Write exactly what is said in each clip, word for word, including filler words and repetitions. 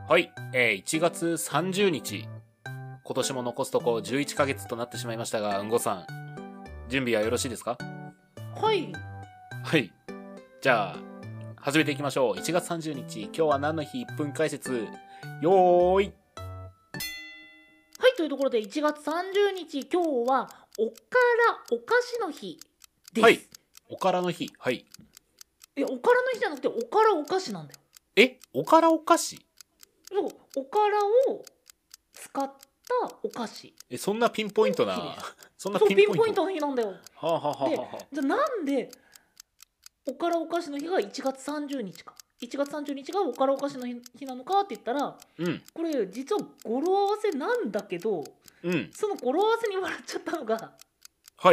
はい、えー、いちがつさんじゅうにち、今年も残すとこじゅういっかげつとなってしまいましたが、うんごさん、準備はよろしいですか？ はい。 はい。じゃあ、始めていきましょう。いちがつさんじゅうにち、今日は何の日？ いっ 分解説。よーい。 はい、というところでいちがつさんじゅうにち、今日はおからお菓子の日です。 はい。おからの日。はい。 いや、おからの日じゃなくておからお菓子なんだよ。 え、おからお菓子？ そう、おからを使ったお菓子。 え、そんなピンポイントな、そんなそう、 ピンポイント。 ピンポイントの日なんだよ。 はあ、はあはあで、 はあ、 じゃあなんでおからお菓子の日がいちがつさんじゅうにちか。いちがつさんじゅうにちがおからお菓子の日日なのかって言ったら、 うん。 これ実は語呂合わせなんだけど、 うん。 その語呂合わせに笑っちゃったのが、 はい。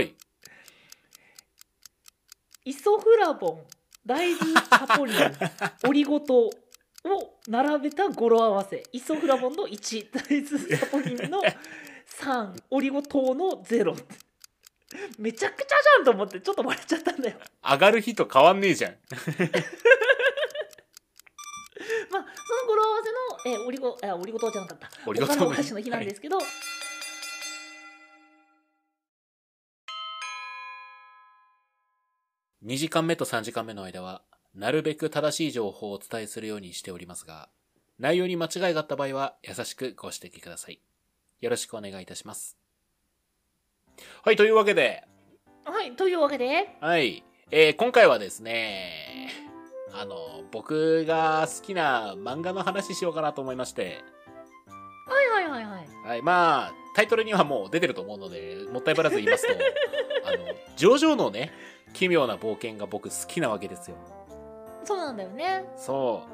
イソフラボン、大豆サポリン、オリゴ糖を並べた語呂合わせ。イソフラボンのいち、大豆サポリンのさん、オリゴ糖のゼロ。めちゃくちゃじゃんと思ってちょっと笑っちゃったんだよ。 上がる日と変わんねえじゃん。 まあその語呂合わせの、えー、オリゴあオリゴ糖じゃなかった。 オリゴ糖おからお菓子の日なんですけど、はい、 にじかんめとさんじかんめの間は、なるべく正しい情報をお伝えするようにしておりますが、内容に間違いがあった場合は優しくご指摘ください。よろしくお願いいたします。はい、というわけで。 はい、というわけで。 はい、えー、今回はですね、あの、僕が好きな漫画の話しようかなと思いまして。 はいはいはいはい。 はい、まあ、タイトルにはもう出てると思うので、もったいばらず言いますと、あの、ジョジョのね、奇妙な冒険が僕好きなわけですよ。 そうなんだよね。 そう。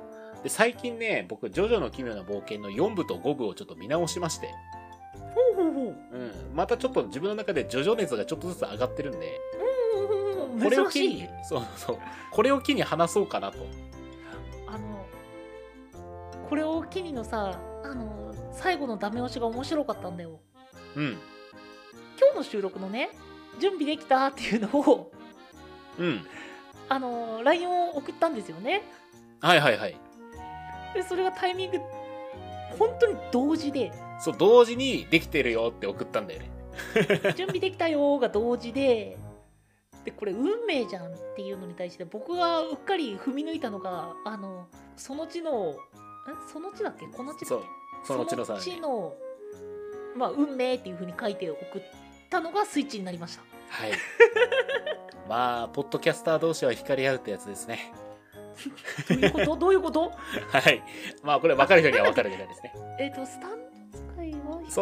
で、最近ね、僕、ジョジョの奇妙な冒険のよんぶとごぶをちょっと見直しまして。 ほうほうほう。 うん。またちょっと自分の中でジョジョ熱がちょっとずつ上がってるんで。 うん、 これを機珍しい。 に、そうそう。これを機に話そうかなと。 あの、これを機にのさ、あの、最後のダメ押しが面白かったんだよ。 うん。 今日の収録のね、準備できたっていうのを、 うん。 あの、ライン を送ったんですよね。 はいはいはい。 で、それがタイミング、本当に同時で。 そう、同時にできてるよって送ったんだよね。 準備できたよが同時で、で、これ運命じゃんっていうのに対して、僕がうっかり踏み抜いたのが、あの、その地の、えその地だっけこの地だっけその地のさ、ね、 その地の、まあ、運命っていう風に書いて送ったのがスイッチになりました。 はい。まあ、ポッドキャスター同士は惹かれ合うってやつですね。 どういうことどういうことはい。まあ、これ分かる人には分かるみたいですね。 えっと、スタンド使いはそう。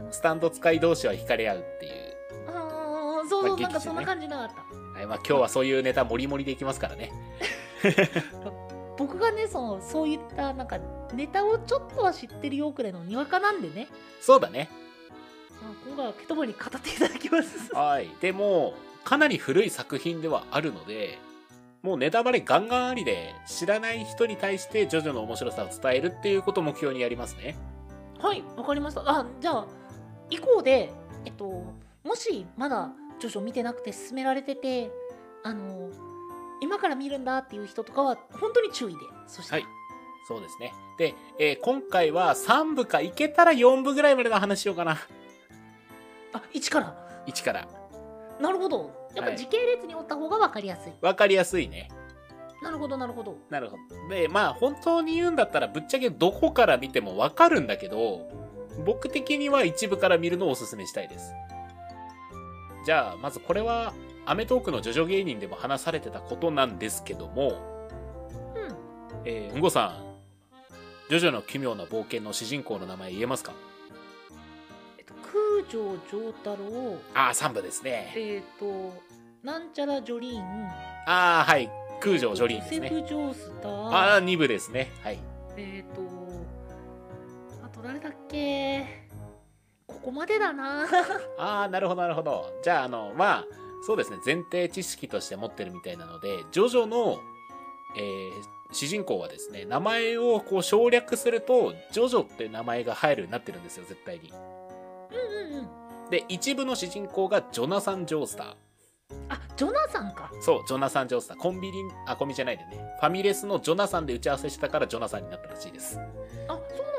スタンド使い同士は惹かれ合うっていう。 ああ、そうそう、まあね、なんかそんな感じなかった。 はい、まあ今日はそういうネタもりもりでいきますからね。 僕がね、その、そういったなんかネタをちょっとは知ってるよくらいのにわかなんでね。 そうだね。 今回はケトボに語っていただきます。 はい。でも、かなり古い作品ではあるので、もうネタバレガンガンありで、知らない人に対してジョジョの面白さを伝えるっていうことを目標にやりますね。 はい、わかりました。あ、じゃあ、以降で、えっと、もしまだジョジョ見てなくて勧められてて、あの、今から見るんだっていう人とかは、本当に注意で。そしたら。 はい。そうですね。で、えー、今回はさんぶかいけたらよんぶぐらいまでの話しようかな。 あ、いちから。 いちから。 なるほど。やっぱ時系列に追った方が分かりやすい。 分かりやすいね。 なるほどなるほど。 なるほど。で、まあ本当に言うんだったらぶっちゃけどこから見ても分かるんだけど、僕的には一部から見るのをおすすめしたいです。じゃあまずこれはアメトーークのジョジョ芸人でも話されてたことなんですけども、 うん。 えー、うんごさん、ジョジョの奇妙な冒険の主人公の名前言えますか？ えっと、空城城太郎。 ああ、さんぶですね。 えっと、なんちゃらジョリーン。 ああ、はい。空城ジョリーンですね。 セフ・ジョースター。 ああ、にぶですね。はい。 えっと、あと誰だっけ？ここまでだな。 ああ、なるほど、なるほど。じゃあ、あの、まあ、そうですね。前提知識として持ってるみたいなので、ジョジョの、えー、主人公はですね、名前をこう省略すると、ジョジョって名前が入るようになってるんですよ、絶対に。 うんうんうん。 で、一部の主人公がジョナサン・ジョースター。 あ、ジョナサンか。 そう、ジョナサン・ジョースター。コンビニ、あ、コンビニじゃないでね。ファミレスのジョナサンで打ち合わせしてたからジョナサンになったらしいです。 あ、そう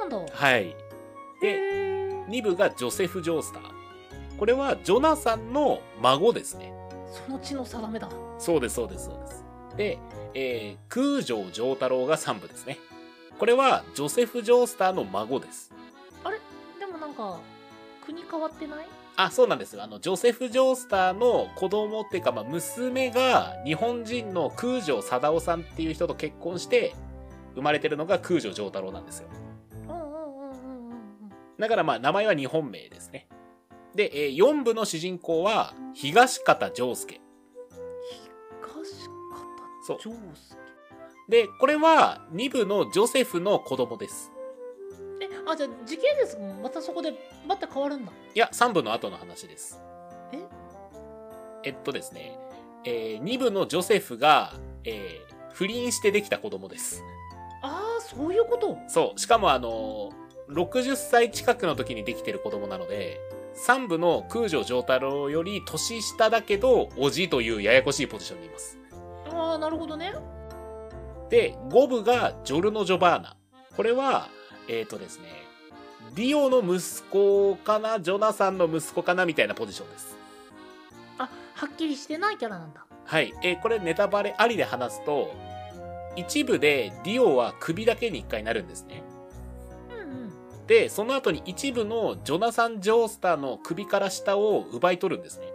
なんだ。 はいでへーに部がジョセフ・ジョースター。これはジョナサンの孫ですね。 その地の定めだ。 そうですそうですそうです。で、えー、空城城太郎がさん部ですね。これはジョセフ・ジョースターの孫です。 あれでもなんか国変わってない？ あ、そうなんですよ。あのジョセフ・ジョースターの子供っていうか、まあ、娘が日本人の空城貞夫さんっていう人と結婚して生まれてるのが空城城太郎なんですよ。 うんうんうんうんうんうん。 だからまあ名前は日本名ですね。で、えー、よん部の主人公は東方丈介。 東そう方丈介。 で、これはに部のジョセフの子供です。 え、あ、じゃあ時系列もまたそこでまた変わるんだ。 いや、さん部の後の話です。 ええっとですね、えー、に部のジョセフが、えー、不倫してできた子供です。 ああ、そういうこと。 そう。しかもあのー、ろくじゅっさい近くの時にできてる子供なので、さん部の空城城太郎より年下だけど、おじというややこしいポジションにいます。 ああ、なるほどね。 で、ご部がジョルノ・ジョバーナ。これは、えっ、ー、とですね、ディオの息子かな、ジョナサンの息子かなみたいなポジションです。 あ、はっきりしてないキャラなんだ。 はい。えー、これネタバレありで話すと、一部でディオは首だけに一回なるんですね。 うんうん。 で、その後に一部のジョナサン・ジョースターの首から下を奪い取るんですね。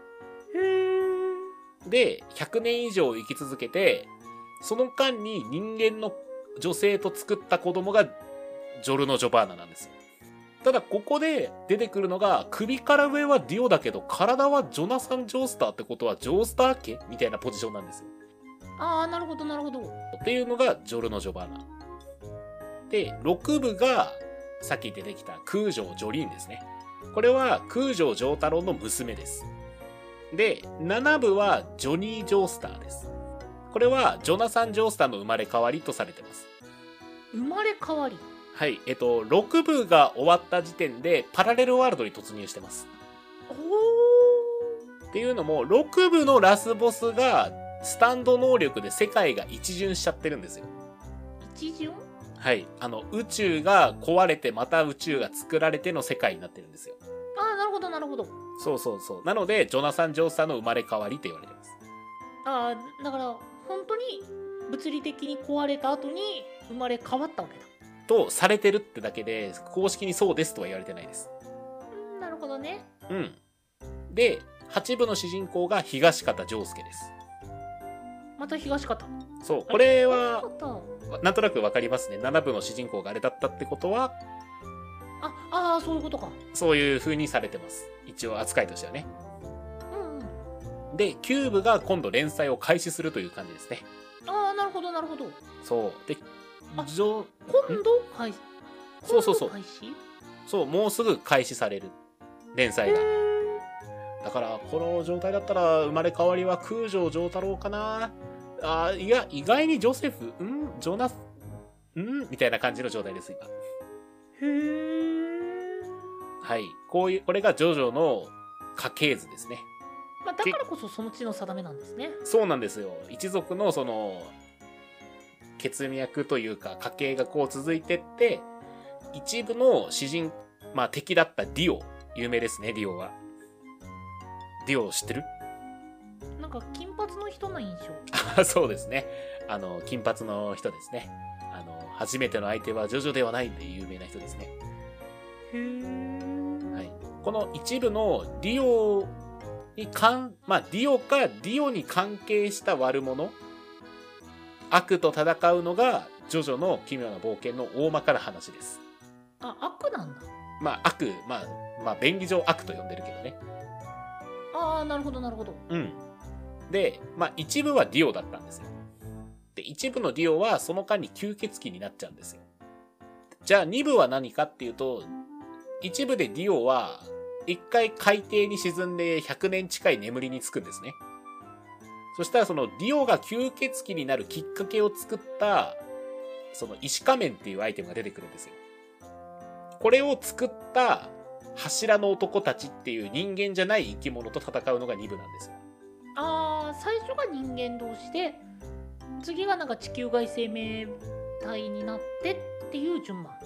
へで、ひゃくねん以上生き続けて、その間に人間の女性と作った子供がジョルノ・ジョバーナなんですよ。ただここで出てくるのが、首から上はディオだけど体はジョナサン・ジョースターってことはジョースター家みたいなポジションなんですよ。 ああ、なるほどなるほど。 っていうのがジョルノ・ジョバーナ。で、ろく部がさっき出てきた空城ジョリーンですね。これは空城城太郎の娘です。で、なな部はジョニー・ジョースターです。これはジョナサン・ジョースターの生まれ変わりとされてます。 生まれ変わり。 はい、えっと、ろく部が終わった時点でパラレルワールドに突入してます。 おーっていうのも、ろく部のラスボスがスタンド能力で世界が一巡しちゃってるんですよ。 一巡？ はい。あの、宇宙が壊れてまた宇宙が作られての世界になってるんですよ。 ああ、なるほどなるほど。 そうそうそう。なので、ジョナサン・ジョースターの生まれ変わりと言われてます。 ああ、だから本当に物理的に壊れた後に生まれ変わったわけだ。 と、されてるってだけで、公式にそうですとは言われてないです。 うん、なるほどね。 うん。で、はち部の主人公が東方丈介です。 また東方。 そう、これは、 東方なんとなくわかりますね。なな部の主人公があれだったってことは、 あ、ああ、そういうことか。 そういう風にされてます。一応扱いとしてはね。 うんうん。 で、きゅう部が今度連載を開始するという感じですね。 ああ、なるほどなるほど。 そう。で、 あじょ今度開始。 そうそうそう今度開始？ そう、もうすぐ開始される。連載が。 へだから、この状態だったら、生まれ変わりは空城城太郎かな。あいや、意外にジョセフ、んジョナス、んみたいな感じの状態です、今。 ーへえ。 はい。こういう、これがジョジョの家系図ですね。 まあ、だからこそその地の定めなんですね。 そうなんですよ。一族のその、血脈というか家系がこう続いてって、一部の詩人、まあ敵だったディオ。有名ですね、ディオは。ディオ知ってる？ なんか金髪の人の印象。 あ、そうですね。あの、金髪の人ですね。あの、初めての相手はジョジョではないって有名な人ですね。 へえ。 はい。この一部のディオに関、まあ、ディオかディオに関係した悪者、悪と戦うのが、ジョジョの奇妙な冒険の大まかな話です。 あ、悪なんだ。 まあ、悪、まあ、まあ、便宜上悪と呼んでるけどね。 ああ、なるほどなるほど。 うん。で、まあ、一部はディオだったんですよ。で、一部のディオはその間に吸血鬼になっちゃうんですよ。じゃあ、二部は何かっていうと、一部でディオは、一回海底に沈んでひゃくねん近い眠りにつくんですね。そしたらそのディオが吸血鬼になるきっかけを作った、その石仮面っていうアイテムが出てくるんですよ。これを作った柱の男たちっていう人間じゃない生き物と戦うのがに部なんですよ。 ああ、最初が人間同士で、次がなんか地球外生命体になってっていう順番。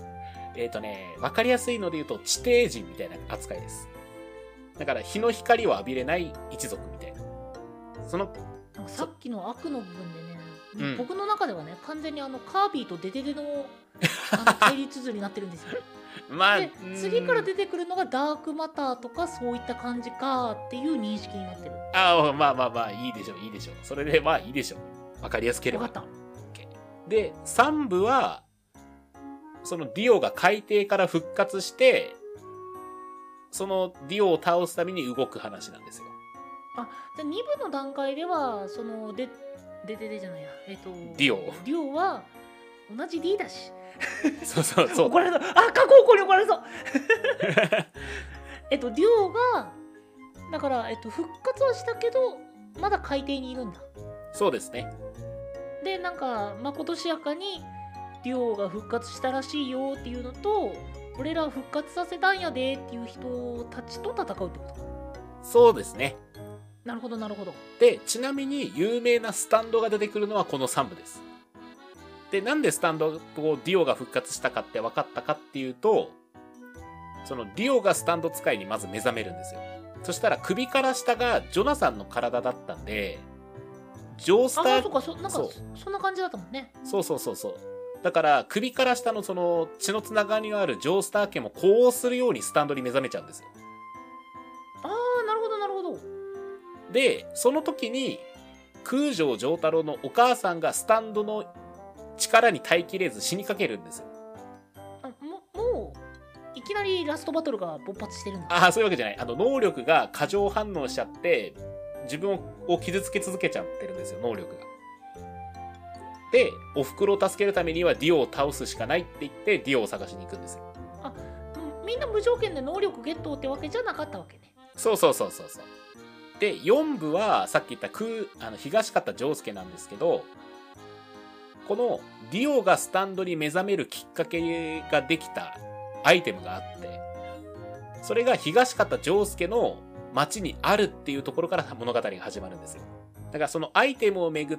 えっとね、わかりやすいので言うと、地底人みたいな扱いです。だから、日の光を浴びれない一族みたいな。その、 なんかさっきの悪の部分でね、 うん、 僕の中ではね、完全にあのカービィとデデデのあの対立図になってるんですよ。 まあ、 で次から出てくるのがダークマターとかそういった感じかっていう認識になってる。 ああ、まあまあまあ、いいでしょう、いいでしょう。それで、まあいいでしょう。わかりやすければ。 分かった。 で、さん部は、そのディオが海底から復活して、そのディオを倒すために動く話なんですよ。 あ、じゃあに部の段階では、その、で、でででじゃないや、えっと、 ディオ。 ディオは同じ D だし。 そうそうそう。 怒られそう。あ、過去起こり怒られそう。えっと、デュオが、だから、えっと、復活はしたけど、まだ海底にいるんだ。 そうですね。 で、なんか、まことしやかに、デュオが復活したらしいよっていうのと、俺ら復活させたんやでっていう人たちと戦うってこと。 そうですね。 なるほど、なるほど。 で、ちなみに有名なスタンドが出てくるのはこのさん部です。で、なんでスタンドとディオが復活したかって分かったかっていうと、そのディオがスタンド使いにまず目覚めるんですよ。そしたら首から下がジョナサンの体だったんで、ジョースター、 あ、そうか、そなんか そ, そんな感じだったもんね。 そうそうそうそう。だから首から下のその血のつながりのあるジョースター家もこうするようにスタンドに目覚めちゃうんですよ。 ああ、なるほどなるほど。 で、その時に空城城太郎のお母さんがスタンドの力に耐えきれず死にかけるんですよ。 あ、ももういきなりラストバトルが勃発してるんだ。 ああ、そういうわけじゃない。あの能力が過剰反応しちゃって自分を傷つけ続けちゃってるんですよ、能力が。で、お袋を助けるためにはディオを倒すしかないって言ってディオを探しに行くんですよ。 あ、みんな無条件で能力ゲットってわけじゃなかったわけね。 そうそうそうそうそう。で、よん部はさっき言った空あの東方丈介なんですけど、このディオがスタンドに目覚めるきっかけができたアイテムがあって、それが東方丈介の町にあるっていうところから物語が始まるんですよ。だからそのアイテムをめぐって、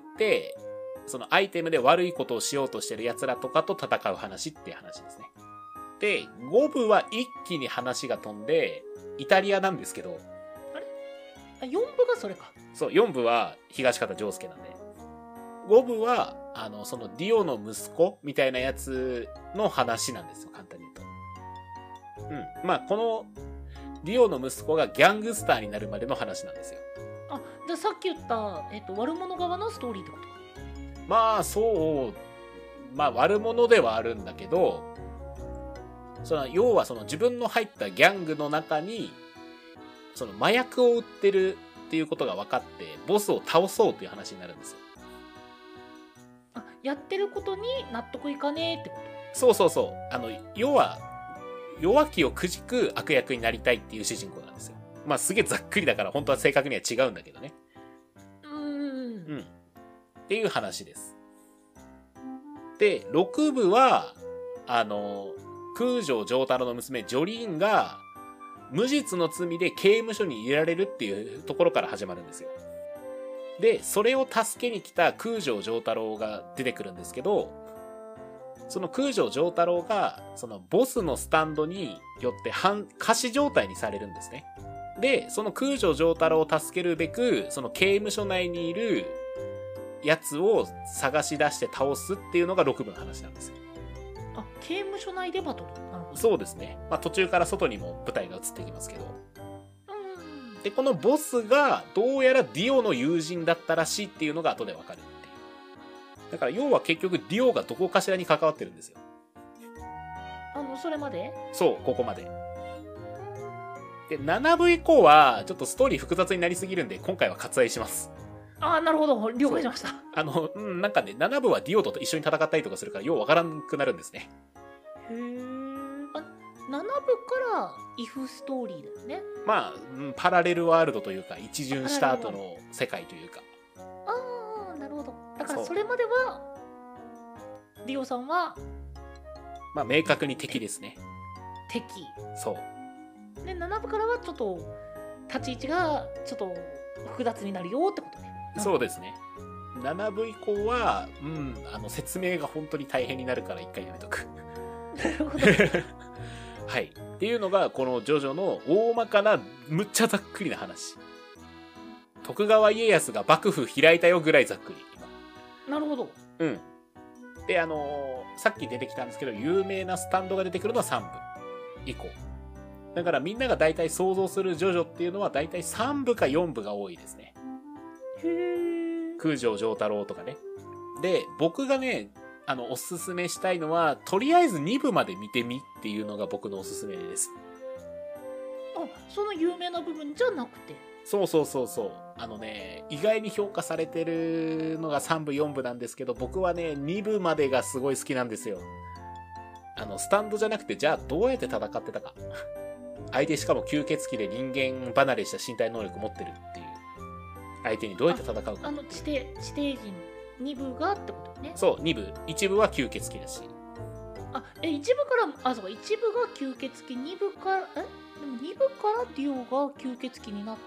そのアイテムで悪いことをしようとしてる奴らとかと戦う話っていう話ですね。で、ご部は一気に話が飛んで、イタリアなんですけど、 あれあ、よん部がそれか。 そう、よん部は東方丈介なんで。ご部は、あの、そのディオの息子みたいなやつの話なんですよ、簡単に言うと。うん。まあ、この、ディオの息子がギャングスターになるまでの話なんですよ。 あ、じゃあさっき言った、えっと、悪者側のストーリーってことか。 まあ、そう、まあ、悪者ではあるんだけど、その、要はその自分の入ったギャングの中に、その麻薬を売ってるっていうことが分かって、ボスを倒そうという話になるんですよ。 あ、やってることに納得いかねえってこと。 そうそうそう。あの、要は、弱きをくじく悪役になりたいっていう主人公なんですよ。まあ、すげえざっくりだから、本当は正確には違うんだけどね。 うーん。 うん。っていう話です。で、ろく部は、あの、空城城太郎の娘、ジョリーンが、無実の罪で刑務所に入れられるっていうところから始まるんですよ。で、それを助けに来た空城城太郎が出てくるんですけど、その空城城太郎が、そのボスのスタンドによって半、仮死状態にされるんですね。で、その空城城太郎を助けるべく、その刑務所内にいるやつを探し出して倒すっていうのがろく部の話なんですよ。 あ、刑務所内でバトル。なるほど。 そうですね。まあ途中から外にも舞台が移っていきますけど。 うん。 で、このボスがどうやらディオの友人だったらしいっていうのが後でわかるっていう。だから要は結局ディオがどこかしらに関わってるんですよ。 あの、それまで？ そう、ここまで。で、なな部以降はちょっとストーリー複雑になりすぎるんで今回は割愛します。 ああ、なるほど。了解しました。 あの、うん、なんかね、なな部はディオと一緒に戦ったりとかするからようわからんくなるんですね。 へー。あ、なな部からイフストーリーだよね。 まあ、うん、パラレルワールドというか一巡した後の世界というか。 ああ、なるほど。だからそれまではディオさんはまあ明確に敵ですね。 敵。 そうで、なな部からはちょっと立ち位置がちょっと複雑になるよってことね。 そうですね。なな部以降は、うん、あの説明が本当に大変になるから一回やめとく。 なるほど。 はい。っていうのが、このジョジョの大まかな、むっちゃざっくりな話。徳川家康が幕府開いたよぐらいざっくり。 なるほど。 うん。で、あのー、さっき出てきたんですけど、有名なスタンドが出てくるのはさんぶ以降。だからみんなが大体想像するジョジョっていうのは大体さんぶかよんぶが多いですね。 へー。 空城城太郎とかね。で、僕がね、あの、おすすめしたいのは、とりあえずにぶまで見てみっていうのが僕のおすすめです。 あ、その有名な部分じゃなくて。 そうそうそうそう。あのね、意外に評価されてるのがさんぶ、よんぶなんですけど、僕はね、にぶまでがすごい好きなんですよ。あの、スタンドじゃなくて、じゃあどうやって戦ってたか。相手しかも吸血鬼で人間離れした身体能力持ってるっていう。相手にどうやって戦うか。 あ、あの、地底、地底人にぶがってことね。 そう、にぶ。いちぶは吸血鬼だし。 あ、え、いちぶから、あ、そうか、いちぶが吸血鬼、にぶから、えでもにぶからディオが吸血鬼になって、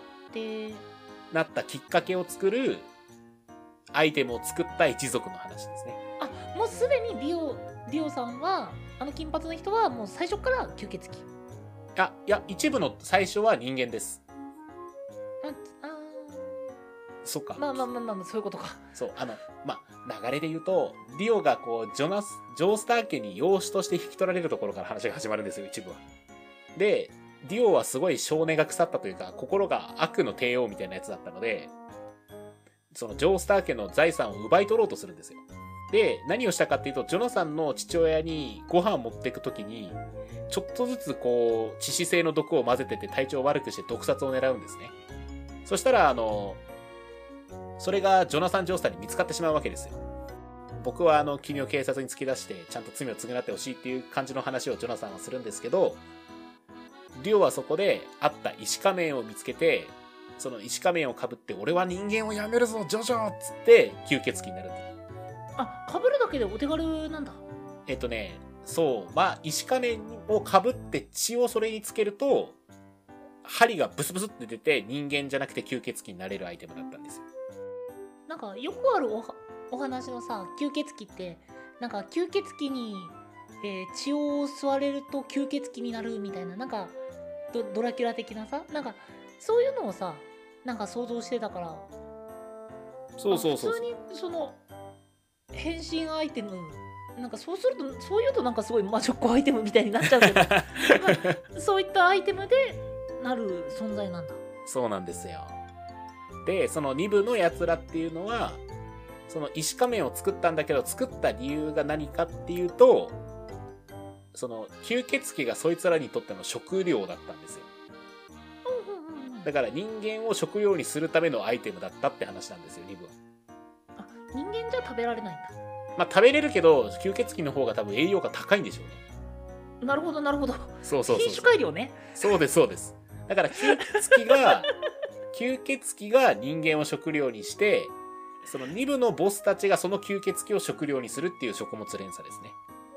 なったきっかけを作るアイテムを作った一族の話ですね。 あ、もうすでにディオ、ディオさんは、あの金髪の人はもう最初から吸血鬼。 あ、いや、一部の最初は人間です。 あ、あそっか。 まあまあまあまあ、そういうことか。 そう、あの、まあ、流れで言うと、ディオがこう、ジョナス、ジョースター家に養子として引き取られるところから話が始まるんですよ、一部は。で、ディオはすごい性根が腐ったというか、心が悪の帝王みたいなやつだったので、そのジョースター家の財産を奪い取ろうとするんですよ。で、何をしたかっていうと、ジョナサンの父親にご飯を持っていくときに、ちょっとずつこう、致死性の毒を混ぜてて体調を悪くして毒殺を狙うんですね。そしたら、あの、それがジョナサン・ジョースターに見つかってしまうわけですよ。僕はあの、君を警察に突き出して、ちゃんと罪を償ってほしいっていう感じの話をジョナサンはするんですけど、ディオはそこであった石仮面を見つけて、その石仮面を被って、俺は人間をやめるぞ、ジョジョっつって、吸血鬼になるんだ。 あ、被るだけでお手軽なんだ。 えっとね、そう、まあ、石仮面を被って血をそれにつけると、針がブスブスって出て人間じゃなくて吸血鬼になれるアイテムだったんですよ。 なんかよくあるおはお話のさ、吸血鬼ってなんか吸血鬼に、えー血を吸われると吸血鬼になるみたいな、なんか ド, ドラキュラ的なさ、なんかそういうのをさ、なんか想像してたから、 そうそうそうそう。 普通にその変身アイテム、なんかそうすると、そういうとなんかすごい魔女っ子アイテムみたいになっちゃうけど、まあそういったアイテムでなる存在なんだ。 そうなんですよ。で、そのに部の奴らっていうのは、その石仮面を作ったんだけど、作った理由が何かっていうと、その吸血鬼がそいつらにとっての食料だったんですよ。だから人間を食料にするためのアイテムだったって話なんですよ、に部は。 あ、人間じゃ食べられないんだ。 まあ食べれるけど、吸血鬼の方が多分栄養価高いんでしょうね。 なるほどなるほど。 そうそうそうそう。 品種改良ね。 そうですそうです。だから吸血鬼が吸血鬼が人間を食料にして、そのに部のボスたちがその吸血鬼を食料にするっていう食物連鎖ですね。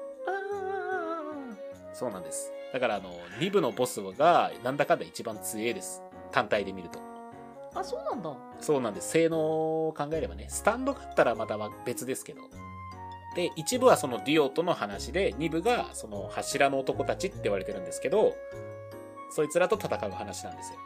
そうなんです。だからあのに部のボスがなんだかんだ一番強いです。単体で見ると。 あ、そうなんだ。 そうなんです。性能を考えればね、スタンドがあったらまた別ですけど。で、いち部はそのディオとの話で、に部がその柱の男たちって言われてるんですけど、そいつらと戦う話なんですよ。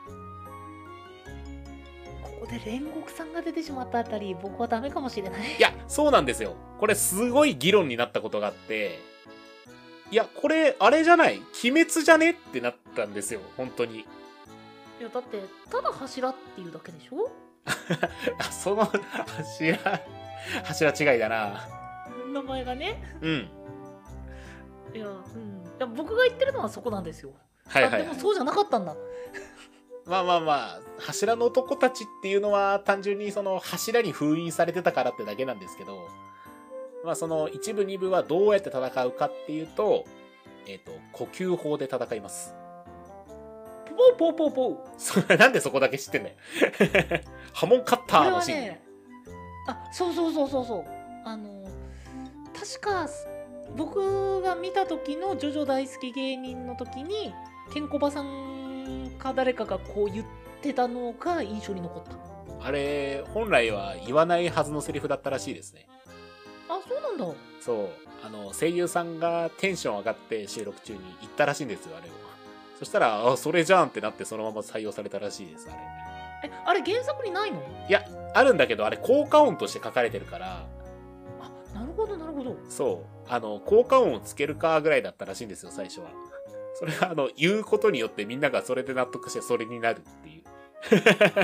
ここで煉獄さんが出てしまったあたり、僕はダメかもしれない。 いや、そうなんですよ。これすごい議論になったことがあって、いや、これ、あれじゃない鬼滅じゃねってなったんですよ、本当に。 いや、だって、ただ柱っていうだけでしょあ、その柱、柱違いだな。 名前がね。 うん。 いや、うん。いや僕が言ってるのはそこなんですよ。 はいはい、はい。 あ、でもそうじゃなかったんだ。 まあまあまあ、柱の男たちっていうのは単純にその柱に封印されてたからってだけなんですけど、まあその一部二部はどうやって戦うかっていうと、えっと、呼吸法で戦います。 ポーポーポーポー。 それなんでそこだけ知ってんだよ。ハモンカッターのシーン。 ね、あ、そうそうそうそうそう。あの、確か僕が見た時のジョジョ大好き芸人の時に、ケンコバさんか誰かがこう言ってたのが印象に残った。 あれ、本来は言わないはずのセリフだったらしいですね。 あ、そうなんだ。 そうあの声優さんがテンション上がって収録中に言ったらしいんですよあれを。そしたらあそれじゃんってなってそのまま採用されたらしいですあれ。 えあれ原作にないの？ いやあるんだけどあれ効果音として書かれてるから。 あなるほどなるほど。 そうあの効果音をつけるかぐらいだったらしいんですよ最初は。それがあの言うことによってみんながそれで納得してそれになるっていうあのね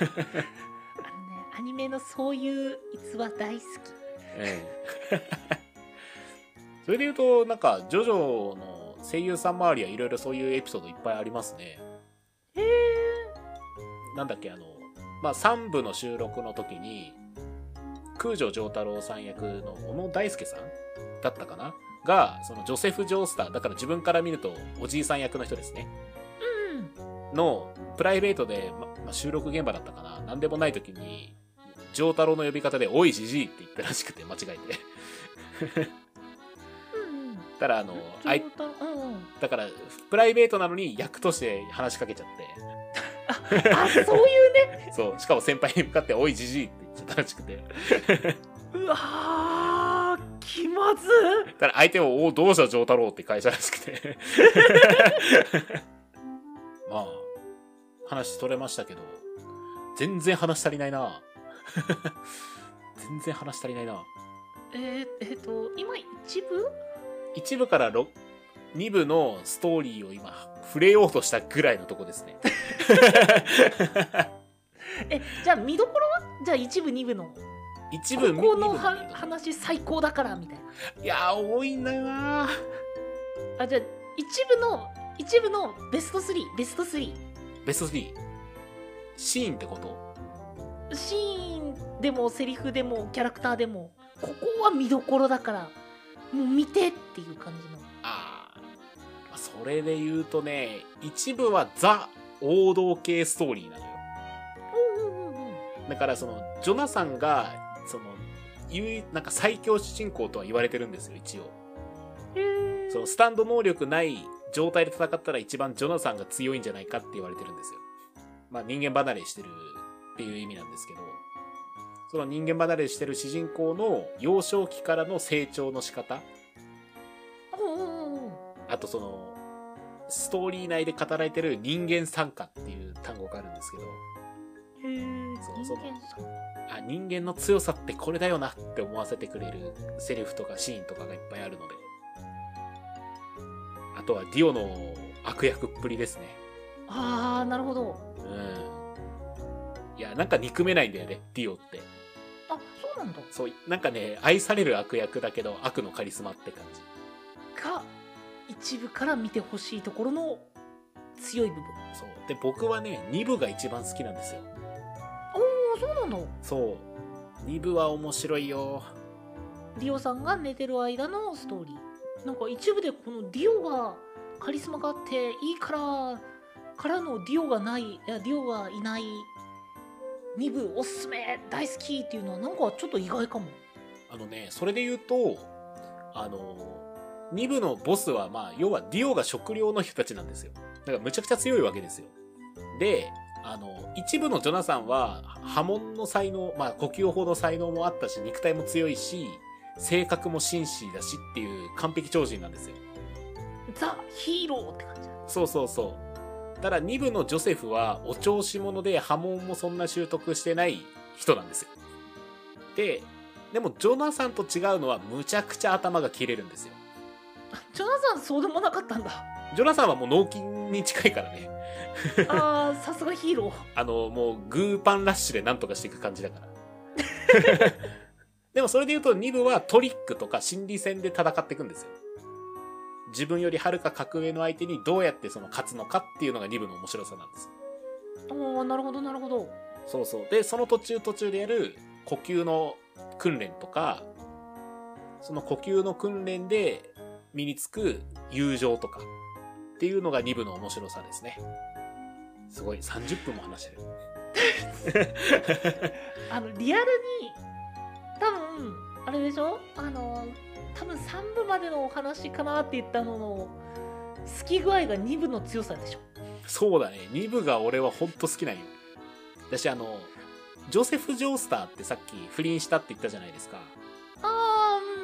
アニメのそういう逸話大好き。 ええそれで言うとなんかジョジョの声優さん周りはいろいろそういうエピソードいっぱいありますね。 へえ。 なんだっけあのまあさんぶの収録の時に空城城太郎さん役の小野大輔さんだったかながそのジョセフ・ジョースターだから自分から見るとおじいさん役の人ですねうんのプライベートで、ままあ、収録現場だったかななんでもない時に城太郎の呼び方でおいじじいって言ったらしくて間違えてうんうん。 たらあのあいうんうん。 だからプライベートなのに役として話しかけちゃってあそういうね。 そうしかも先輩に向かっておいじじいって言っちゃったらしくてうわー気まず。 だから相手をおどうした城太郎って返したらしくてまあ話取れましたけど全然話足りないな全然話足りないな。 えー、えー、と今一部いち部からに部のストーリーを今触れようとしたぐらいのとこですねえじゃあ見どころはじゃあ一部二部の一部ここの二部は話最高だからみたいな。 いやー多いんだよな。 あじゃあ一部の一部のベストスリーベストスリベストスリーシーンってことーシーンでもセリフでもキャラクターでもここは見どころだからもう見てっていう感じの。 ああそれで言うとね一部はザ王道系ストーリーなのよ。 うんうんうんうん。 だからそのジョナサンがその唯一なんか最強主人公とは言われてるんですよ一応。 へーそのスタンド能力ない状態で戦ったら一番ジョナサンが強いんじゃないかって言われてるんですよ。まあ人間離れしてるっていう意味なんですけど、その人間離れしてる主人公の幼少期からの成長の仕方、 うんうんうん。 あとそのストーリー内で語られてる人間参加っていう単語があるんですけど、 へーそうその人間さんあ人間の強さってこれだよなって思わせてくれるセリフとかシーンとかがいっぱいあるので、あとはディオの悪役っぷりですね。 あーなるほど。 うん。いやなんか憎めないんだよねディオって。 あそうなんだ。 そうなんかね愛される悪役だけど悪のカリスマって感じが一部から見てほしいところの強い部分。 そうで僕はねに部が一番好きなんですよ。 おおそうなんだ。 そうに部は面白いよ。 ディオさんが寝てる間のストーリーなんか一部でこのディオがカリスマがあっていいからからのディオがないいやディオがいないに部おすすめ大好きっていうのはなんかちょっと意外かも。 あのねそれで言うとあのに部のボスはまあ要はディオが食料の人たちなんですよ。だからむちゃくちゃ強いわけですよ。であの一部のジョナサンは波紋の才能まあ呼吸法の才能もあったし肉体も強いし性格も紳士だしっていう完璧超人なんですよ。 ザ・ヒーローって感じだ。 そうそうそう。ただに部のジョセフはお調子者で波紋もそんな習得してない人なんですよ。ででもジョナサンと違うのはむちゃくちゃ頭が切れるんですよ。 ジョナサンそうでもなかったんだ。 ジョナサンはもう脳筋に近いからねあーさすがヒーロー。 あのもうグーパンラッシュでなんとかしていく感じだからでもそれで言うとに部はトリックとか心理戦で戦っていくんですよ。自分よりはるか格上の相手にどうやってその勝つのかっていうのがに部の面白さなんです。 ああなるほどなるほど。 そうそう。でその途中途中でやる呼吸の訓練とかその呼吸の訓練で身につく友情とかっていうのがに部の面白さですね。すごいさんじゅっぷんも話してるあのリアルに多分あれでしょあの多分さん部までのお話かなって言ったのの好き具合がに部の強さでしょ。 そうだねに部が俺はほんと好きなんよ。私あのジョセフ・ジョースターってさっき不倫したって言ったじゃないですか。 あーうん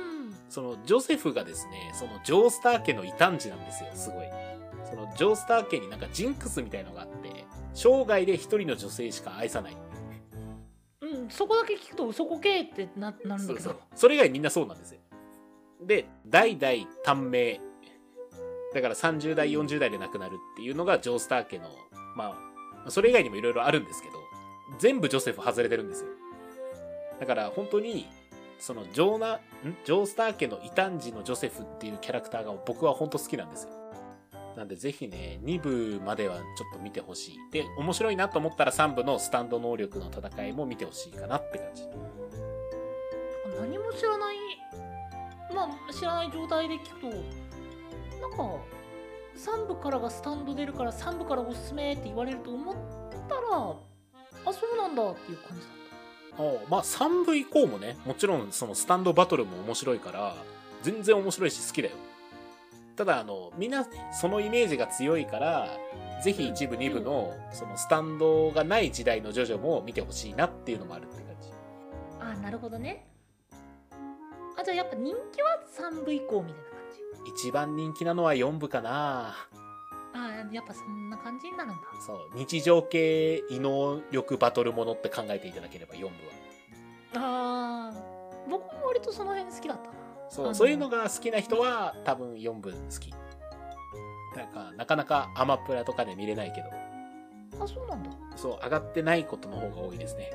そのジョセフがですね、そのジョースター家の異端児なんですよ、すごい。そのジョースター家になんかジンクスみたいのがあって、生涯で一人の女性しか愛さない。 うん、そこだけ聞くと嘘こけってななるんだけど。 そうそう。それ以外みんなそうなんですよ。で、代々短命。だからさんじゅう代、よんじゅう代で亡くなるっていうのがジョースター家の、まあ、それ以外にもいろいろあるんですけど、全部ジョセフ外れてるんですよ。だから本当に、そのジョーナ、んジョースター家の異端児のジョセフっていうキャラクターが僕は本当好きなんですよ。なんでぜひね、に部まではちょっと見てほしい。で、面白いなと思ったらさん部のスタンド能力の戦いも見てほしいかなって感じ。 何も知らない、まあ知らない状態で聞くと、なんかさん部からがスタンド出るからさん部からおすすめって言われると思ったら、あ、そうなんだっていう感じだった。 ああ、まあさん部以降もね、もちろんそのスタンドバトルも面白いから、全然面白いし好きだよ。ただあの、みんなそのイメージが強いから、ぜひいち部に部のそのスタンドがない時代のジョジョも見てほしいなっていうのもあるって感じ。 あ、なるほどね。あ、じゃあやっぱ人気はさん部以降みたいな感じ。 一番人気なのはよん部かな。 あ、やっぱそんな感じになるんだ。 そう、日常系異能力バトルものって考えていただければよん部は。 あー、僕も割とその辺好きだったな。 そう、そういうのが好きな人は多分よん部好き。なんか、なかなかアマプラとかで見れないけど。 あ、そうなんだ。 そう、上がってないことの方が多いですね。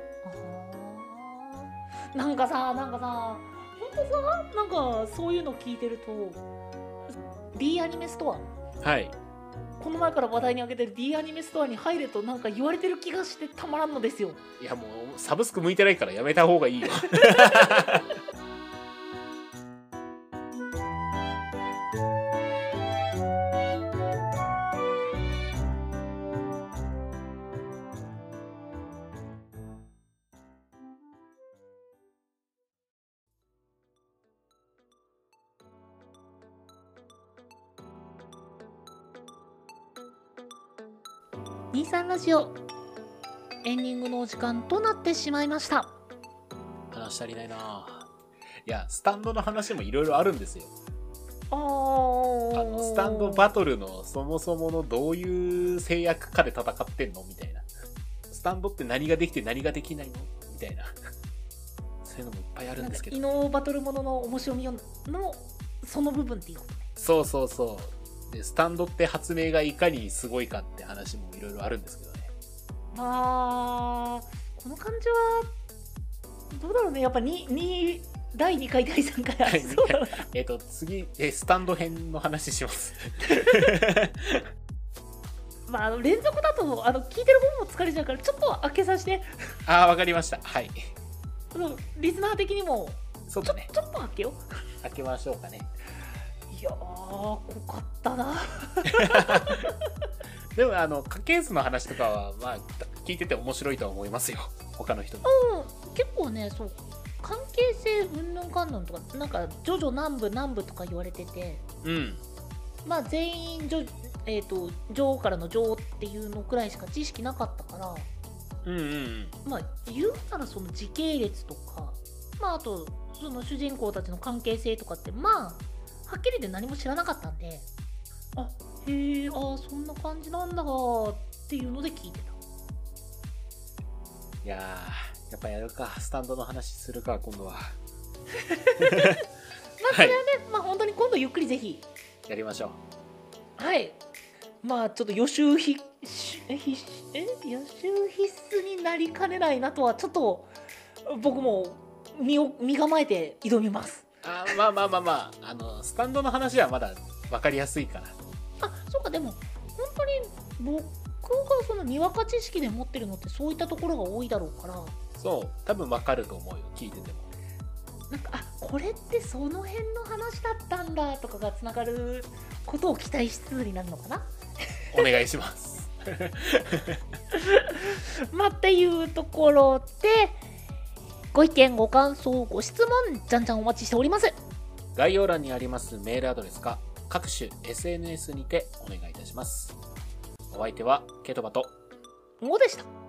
あー、なんかさ、なんかさ、ほんとさ、なんかそういうの聞いてると D アニメストア、 はい。 この前から話題に上げてる D アニメストアに入れとなんか言われてる気がしてたまらんのですよ。 いやもう、サブスク向いてないからやめた方がいいよ。 にじゅうさんラジオエンディングのお時間となってしまいました。 話足りないな。いや、スタンドの話もいろいろあるんですよ。 ああのスタンドバトルのそもそものどういう制約かで戦ってんのみたいな。スタンドって何ができて何ができないのみたいな。そういうのもいっぱいあるんですけど。 異能バトルものの面白みのその部分っていうことね。 そうそうそう。で、スタンドって発明がいかにすごいかって話もいろいろあるんですけどね。 まあ、この感じはどうだろうね。やっぱににだいにかいだいさんかいありそうだな。 えっと次えスタンド編の話します。 まあ、あの連続だとあの聞いてる方も疲れちゃうからちょっと開けさせて。 ああ、わかりました。はい。 リスナー的にもそうだね。 ちょ、ちょっと開けよう。 開けましょうかね。 いやー、濃かったな。 でもあの家系図の話とかはまあ聞いてて面白いとは思いますよ。他の人も。 うん、結構ね、そう関係性うんぬんかんぬんとかなんかジョジョ南部南部とか言われてて、 うん。 まあ全員ジョえっ、と女王からの女王っていうのくらいしか知識なかったから、 うんうんうん。 まあ言うならその時系列とか、まああとその主人公たちの関係性とかってまあはっきりで何も知らなかったんで、あ、へえ、あ、そんな感じなんだっていうので聞いてた。 いやー、やっぱやるか。スタンドの話するか、今度は。 まあそれはね、はい、まあ本当に今度ゆっくりぜひやりましょう。はい。まあちょっと予習必え必え予習必須になりかねないなとはちょっと僕も身を身構えて挑みます。 あ、まあまあまあまあ、あのスタンドの話はまだ分かりやすいから。 あ、そうか。でも本当に僕がそのにわか知識で持ってるのってそういったところが多いだろうから。 そう、多分分かると思うよ、聞いてても。 なんか、あ、これってその辺の話だったんだとかがつながることを期待しつつになるのかな。 お願いします。 まあっていうところで、ご意見ご感想ご質問じゃんじゃんお待ちしております。 概要欄にありますメールアドレスか各種 エスエヌエス にてお願いいたします。お相手はケトバともうでした。